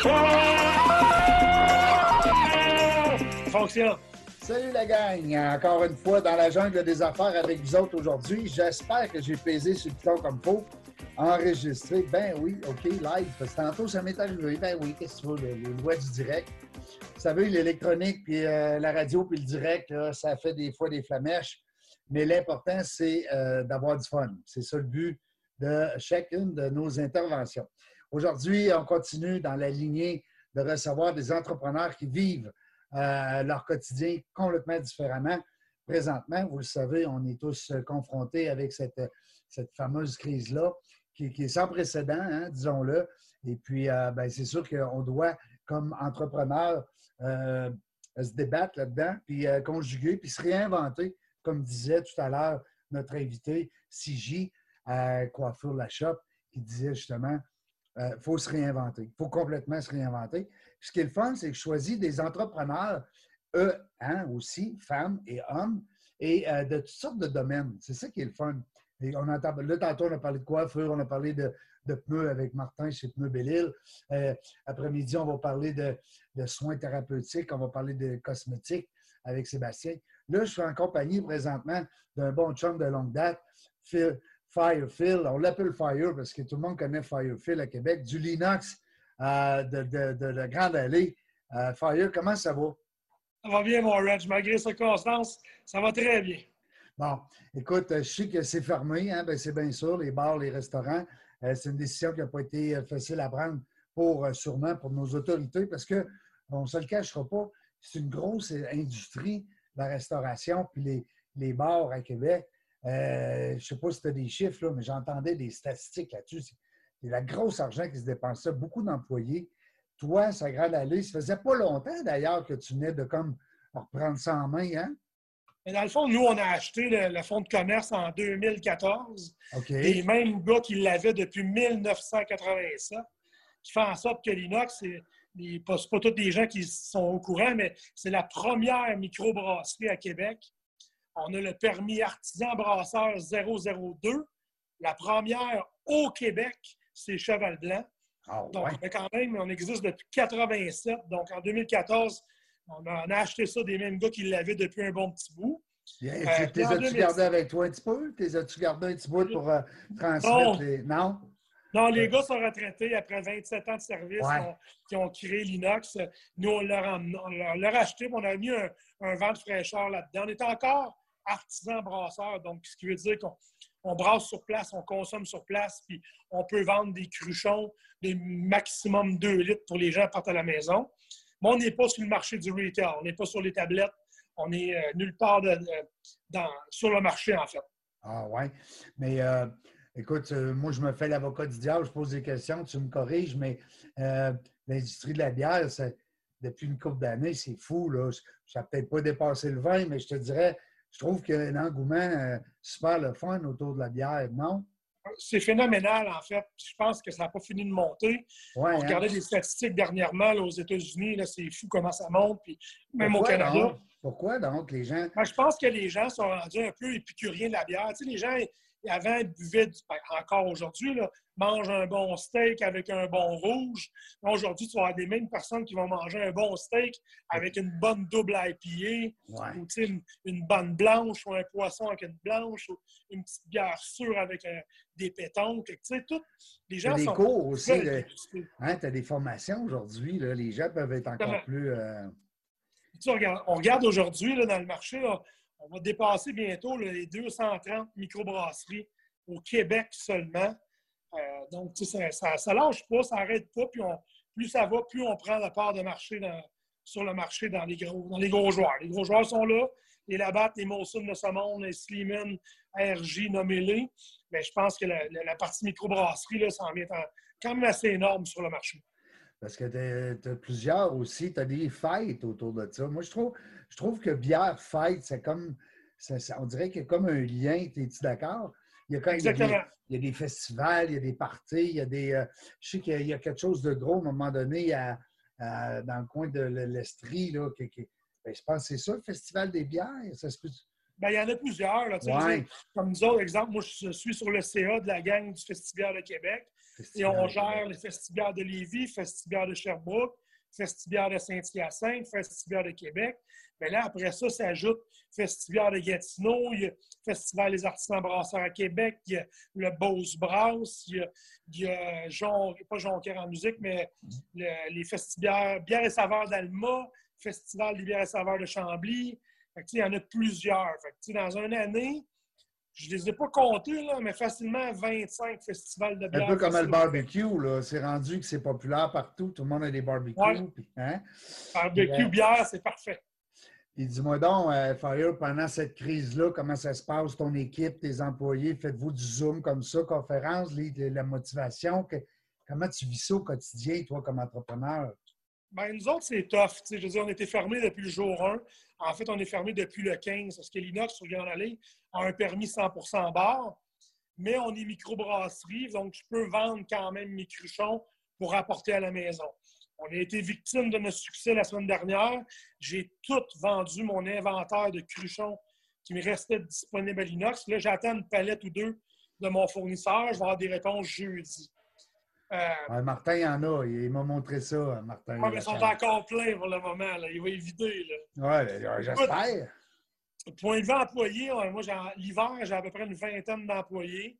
Fonctionne. Salut la gang! Encore une fois dans la jungle des affaires avec vous autres aujourd'hui. J'espère que j'ai pesé sur le piton comme il faut. Enregistré. Ben oui, OK, live. Parce que tantôt, ça m'est arrivé. Ben oui, qu'est-ce que tu veux, les lois du direct. Vous savez, l'électronique, puis la radio, puis le direct, là, ça fait des fois des flamèches. Mais l'important, c'est d'avoir du fun. C'est ça le but de chacune de nos interventions. Aujourd'hui, on continue dans la lignée de recevoir des entrepreneurs qui vivent leur quotidien complètement différemment. Présentement, vous le savez, on est tous confrontés avec cette fameuse crise-là qui est sans précédent, hein, disons-le. Et puis, c'est sûr qu'on doit, comme entrepreneur, se débattre là-dedans, puis conjuguer, puis se réinventer, comme disait tout à l'heure notre invité, CJ, Coiffure La Shop, qui disait justement, il faut se réinventer. Il faut complètement se réinventer. Puis ce qui est le fun, c'est que je choisis des entrepreneurs, eux, hein, aussi, femmes et hommes, et de toutes sortes de domaines. C'est ça qui est le fun. Et là, tantôt, on a parlé de coiffure, on a parlé de pneus avec Martin chez Pneus Belle-Île. Après-midi, on va parler de soins thérapeutiques, on va parler de cosmétiques avec Sébastien. Là, je suis en compagnie présentement d'un bon chum de longue date, Fire Phil. On l'appelle Fire parce que tout le monde connaît Fire Phil à Québec, du Linux de la Grande Allée. Fire, comment ça va? Ça va bien, mon Reg. Malgré les circonstances, ça va très bien. Bon, écoute, je sais que c'est fermé, hein? C'est bien sûr, les bars, les restaurants. C'est une décision qui n'a pas été facile à prendre sûrement pour nos autorités parce qu'on ne se le cachera pas, c'est une grosse industrie, la restauration, puis les bars à Québec. Je ne sais pas si tu as des chiffres, là, mais j'entendais des statistiques là-dessus. C'est la grosse argent qui se dépensait, beaucoup d'employés. Toi, ça Grande Allée, ça faisait pas longtemps d'ailleurs que tu venais de comme reprendre ça en main, hein? Mais dans le fond, nous, on a acheté le fonds de commerce en 2014. OK. Les mêmes gars qui l'avaient depuis 1987, qui font en sorte que l'inox, c'est pas tous des gens qui sont au courant, mais c'est la première microbrasserie à Québec. On a le permis artisan brasseur 002. La première au Québec, c'est Cheval Blanc. Oh, Donc, ouais. quand même, on existe depuis 87. Donc, en 2014, on a acheté ça des mêmes gars qui l'avaient depuis un bon petit bout. T'es as-tu gardé avec toi un petit peu? T'es as-tu gardé un petit bout pour transmettre les... Non? Non, les gars sont retraités après 27 ans de service Ouais. qui ont créé l'inox. Nous, on leur a acheté, on a mis un vent de fraîcheur là-dedans. On est encore artisan brasseur, donc ce qui veut dire qu'on brasse sur place, on consomme sur place, puis on peut vendre des cruchons de maximum 2 litres pour les gens qui partent à la maison. Mais on n'est pas sur le marché du retail, on n'est pas sur les tablettes, on est nulle part sur le marché, en fait. Ah ouais. Mais écoute, moi, je me fais l'avocat du diable, je pose des questions, tu me corriges, mais l'industrie de la bière, depuis une couple d'années, c'est fou, là. Ça n'a peut-être pas dépassé le 20, mais je te dirais, je trouve qu'il y a un engouement super le fun autour de la bière, non? C'est phénoménal, en fait. Je pense que ça n'a pas fini de monter. Ouais, On hein? regardait les statistiques dernièrement là, aux États-Unis. Là, c'est fou comment ça monte. Puis même au Pourquoi Canada. donc? Pourquoi donc les gens... Ben, je pense que les gens sont rendus un peu épicuriens de la bière. Tu sais, les gens, avant, ils buvaient, encore aujourd'hui, là, mangent un bon steak avec un bon rouge. Aujourd'hui, tu vas avoir des mêmes personnes qui vont manger un bon steak avec une bonne double IPA, Ouais. ou une bonne blanche, ou un poisson avec une blanche, ou une petite bière sûre avec des pétanques. Tu sais, les gens des sont cours aussi. hein, tu as des formations aujourd'hui. Les gens peuvent être encore plus... On regarde aujourd'hui dans le marché, là, on va dépasser bientôt là, les 230 microbrasseries au Québec seulement. Donc, ça lâche pas, ça n'arrête pas. Puis plus ça va, plus on prend la part de marché sur le marché dans les gros joueurs. Les gros joueurs sont là. Les Labatt, les Molson de ce monde, les Sleeman, RJ, nommez-les. Mais je pense que la partie microbrasserie, là, ça en vient quand même assez énorme sur le marché. Parce que tu as plusieurs aussi, tu as des fêtes autour de ça. Moi, je trouve que bière fête, c'est comme, on dirait qu'il y a comme un lien, es-tu d'accord? Exactement. Il y a des festivals, il y a des parties, il y a des... je sais qu'il y a quelque chose de gros à un moment donné dans le coin de l'Estrie, là, je pense que c'est ça, le Festival des bières. Ça se peut... Ben, il y en a plusieurs. Là, Ouais. comme nous autres, exemple, moi, je suis sur le CA de la gang du Festivière de Québec. Et on gère les Festivières de Lévis, Festivière de Sherbrooke, Festivière de Saint-Hyacinthe, Festivière de Québec. Mais là, après ça, s'ajoute Festivière de Gatineau, il y a Festival des artisans brasseurs à Québec, il y a le Beauce Brass, il y a pas Jonquière en musique, mais les Festivières Bières et saveurs d'Alma, Festival des bières et saveurs de Chambly. Fait que, il y en a plusieurs. Fait que, dans une année, je ne les ai pas comptés, là, mais facilement 25 festivals de Un bière. peu comme le barbecue, là. C'est rendu que c'est populaire partout. Tout le monde a des barbecues. Ouais. Puis, hein? Barbecue, bière, c'est parfait. Puis dis-moi donc, Fire, pendant cette crise-là, comment ça se passe, ton équipe, tes employés? Faites-vous du Zoom comme ça, conférence, la motivation? Comment tu vis ça au quotidien, toi, comme entrepreneur? Bien, nous autres, c'est tough. Je veux dire, on était fermés depuis le jour 1. En fait, on est fermé depuis le 15 parce que l'Inox sur Grande Allée a un permis 100% bar. Mais on est microbrasserie, donc je peux vendre quand même mes cruchons pour apporter à la maison. On a été victime de notre succès la semaine dernière. J'ai tout vendu mon inventaire de cruchons qui me restait disponible à l'Inox. Là, j'attends une palette ou deux de mon fournisseur. Je vais avoir des réponses jeudi. Martin, il y en a. Il m'a montré ça, Martin. Oui, mais ils sont encore pleins pour le moment. Là. Il va éviter. Oui, j'espère. Point de vue employé, moi, l'hiver, j'ai à peu près une vingtaine d'employés.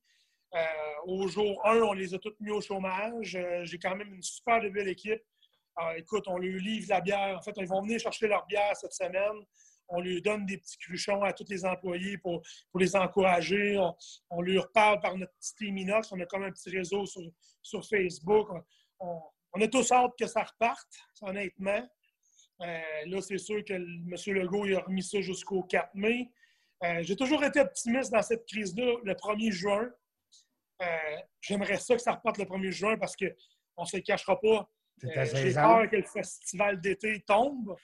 Au jour 1, on les a tous mis au chômage. J'ai quand même une super belle équipe. Écoute, on leur livre la bière. En fait, ils vont venir chercher leur bière cette semaine. On leur donne des petits cruchons à tous les employés pour les encourager. On leur parle par notre petit team Inox. On a comme un petit réseau sur Facebook. On a tous hâte que ça reparte, honnêtement. Là, c'est sûr que M. Legault il a remis ça jusqu'au 4 mai. J'ai toujours été optimiste dans cette crise-là le 1er juin. J'aimerais ça que ça reparte le 1er juin parce qu'on ne se le cachera pas. J'ai peur que le festival d'été tombe.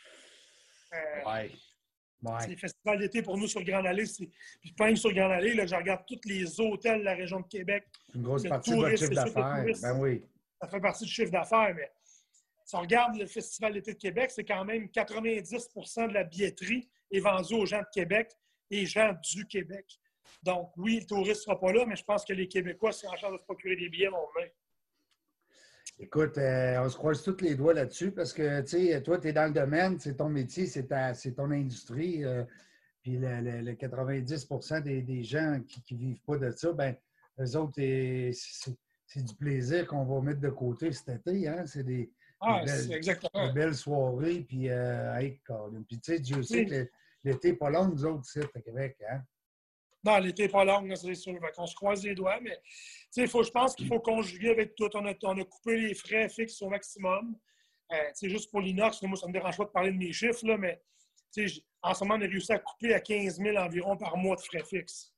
Ouais. Le festival d'été pour nous sur Grande Allée, puis pas sur Grande Allée, là, je regarde tous les hôtels de la région de Québec. Une grosse partie de votre chiffre d'affaires. Ben oui. Ça fait partie du chiffre d'affaires, mais si on regarde le Festival d'été de Québec, c'est quand même 90 de la billetterie est vendue aux gens de Québec et gens du Québec. Donc, oui, le touriste ne sera pas là, mais je pense que les Québécois, c'est en charge de se procurer des billets, mon main. Écoute, on se croise tous les doigts là-dessus parce que, tu sais, toi, tu es dans le domaine, c'est ton métier, c'est ton industrie. Puis le 90 des gens qui ne vivent pas de ça, bien, eux autres, c'est du plaisir qu'on va mettre de côté cet été. Hein? C'est des belles soirées. Puis, puis tu sais, Dieu sait que l'été n'est pas long, nous autres, ici, à Québec. Hein? Non, l'été n'est pas long, c'est sûr. On se croise les doigts, mais je pense qu'il faut conjuguer avec tout. On a coupé les frais fixes au maximum. Juste pour l'inox, moi, ça ne me dérange pas de parler de mes chiffres, là, mais en ce moment, on a réussi à couper à 15 000 environ par mois de frais fixes.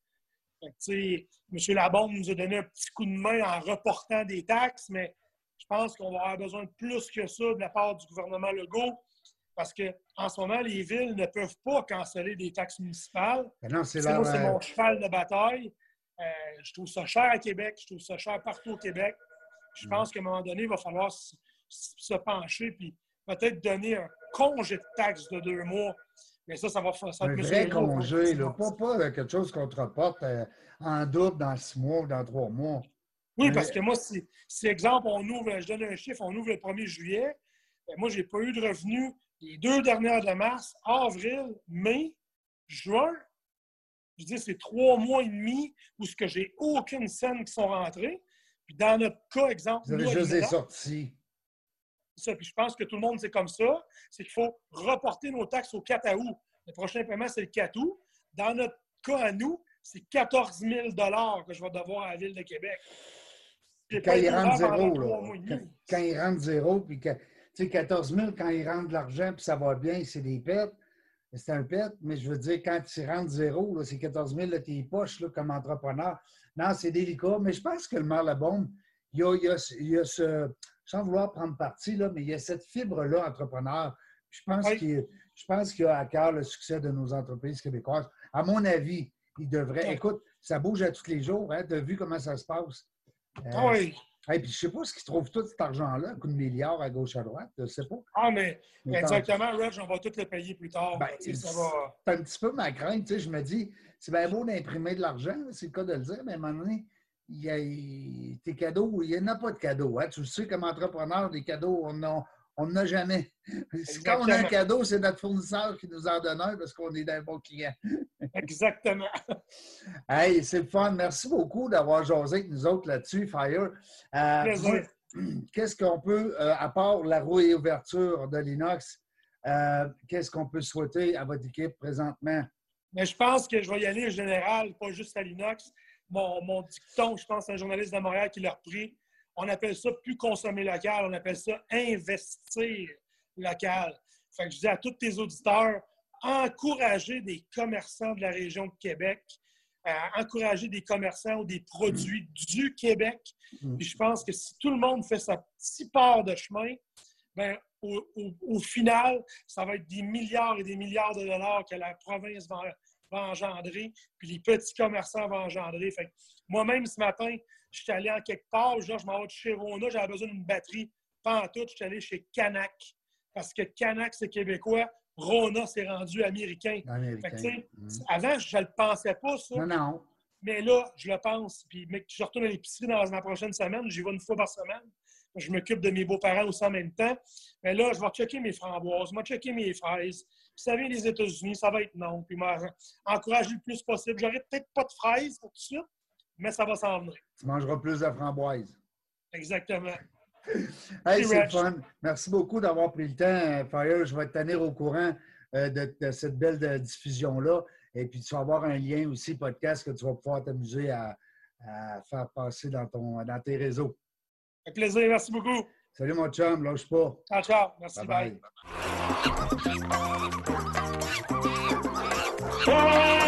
M. Labombe nous a donné un petit coup de main en reportant des taxes, mais je pense qu'on va avoir besoin de plus que ça de la part du gouvernement Legault. Parce qu'en ce moment, les villes ne peuvent pas canceller des taxes municipales. Non, c'est mon cheval de bataille. Je trouve ça cher à Québec, je trouve ça cher partout au Québec. Je pense qu'à un moment donné, il va falloir se pencher et peut-être donner un congé de taxes de 2 mois. Mais ça va faire ça. Un vrai congé, là, pas quelque chose qu'on te reporte en double dans 6 mois ou dans 3 mois. Oui, parce que moi, si exemple, je donne un chiffre, on ouvre le 1er juillet, moi, je n'ai pas eu de revenus les 2 dernières de mars, avril, mai, juin. Je dis, c'est 3 mois et demi où j'ai aucune scène qui sont rentrées. Puis dans notre cas, exemple... Vous avez juste des sorties. Ça, puis je pense que tout le monde, c'est comme ça. C'est qu'il faut reporter nos taxes au 4 août. Le prochain paiement, c'est le 4 août. Dans notre cas à nous, c'est 14 000 que je vais devoir à la Ville de Québec. Quand il rentre zéro, là. Quand il rentre zéro, puis que... Tu sais, 14 000, quand il rentre de l'argent puis ça va bien, c'est des pertes. C'est un pet, mais je veux dire, quand tu rentres zéro, là, c'est 14 000 de tes poches là, comme entrepreneur. Non, c'est délicat, mais je pense que le maire Labombe, il y a ce, sans vouloir prendre parti, là, mais il y a cette fibre-là, entrepreneur. Je pense qu'il a à cœur le succès de nos entreprises québécoises. À mon avis, il devrait... Écoute, ça bouge à tous les jours. Hein? Tu as vu comment ça se passe? Oui. Et puis, je sais pas ce qu'ils trouvent tout cet argent-là, un coup de milliards à gauche, à droite, je sais pas. Ah, mais exactement, Reg, on va tout le payer plus tard. Ben, Ça va... c'est un petit peu ma crainte. Je me dis, c'est bien beau d'imprimer de l'argent, c'est le cas de le dire, mais à un moment donné, tes cadeaux, il n'y en a pas de cadeaux. Hein? Tu le sais, comme entrepreneur, des cadeaux, on n'en a jamais. Quand on a un cadeau, c'est notre fournisseur qui nous en donne un parce qu'on est d'un bon client. Exactement. Hey, c'est le fun. Merci beaucoup d'avoir jasé avec nous autres là-dessus, Fire. Qu'est-ce qu'on peut, à part la réouverture de l'inox, qu'est-ce qu'on peut souhaiter à votre équipe présentement? Mais je pense que je vais y aller en général, pas juste à l'inox. Mon dicton, je pense, c'est un journaliste de Montréal qui l'a repris. On appelle ça plus consommer local, on appelle ça investir local. Fait que je dis à tous tes auditeurs, encourager des commerçants de la région de Québec, encourager des commerçants ou des produits du Québec. Puis je pense que si tout le monde fait sa petite part de chemin, bien, au final, ça va être des milliards et des milliards de dollars que la province va engendrer, puis les petits commerçants vont engendrer. Fait que moi-même, ce matin, je suis allé en quelque part, genre, je m'en vais de chez Rona, j'avais besoin d'une batterie. Pas en tout, je suis allé chez Canac. Parce que Canac, c'est québécois, Rona, c'est rendu américain. Fait que, avant, je ne le pensais pas, ça. Non. Mais là, je le pense. Puis, mec, je retourne à l'épicerie dans la prochaine semaine. J'y vais une fois par semaine. Je m'occupe de mes beaux-parents aussi en même temps. Mais là, je vais checker mes framboises, je vais checker mes fraises. Puis ça vient des États-Unis, ça va être non. Puis encourager le plus possible. J'aurai peut-être pas de fraises pour tout de suite, mais ça va s'en venir. Tu mangeras plus de framboises. Exactement. Hey, c'est le fun. Merci beaucoup d'avoir pris le temps, Fire. Je vais te tenir au courant de cette belle diffusion-là. Et puis, tu vas avoir un lien aussi, podcast, que tu vas pouvoir t'amuser à faire passer dans tes réseaux. Un plaisir. Merci beaucoup. Salut, mon chum. Lâche pas. Ciao, ciao. Merci. Bye. Bye.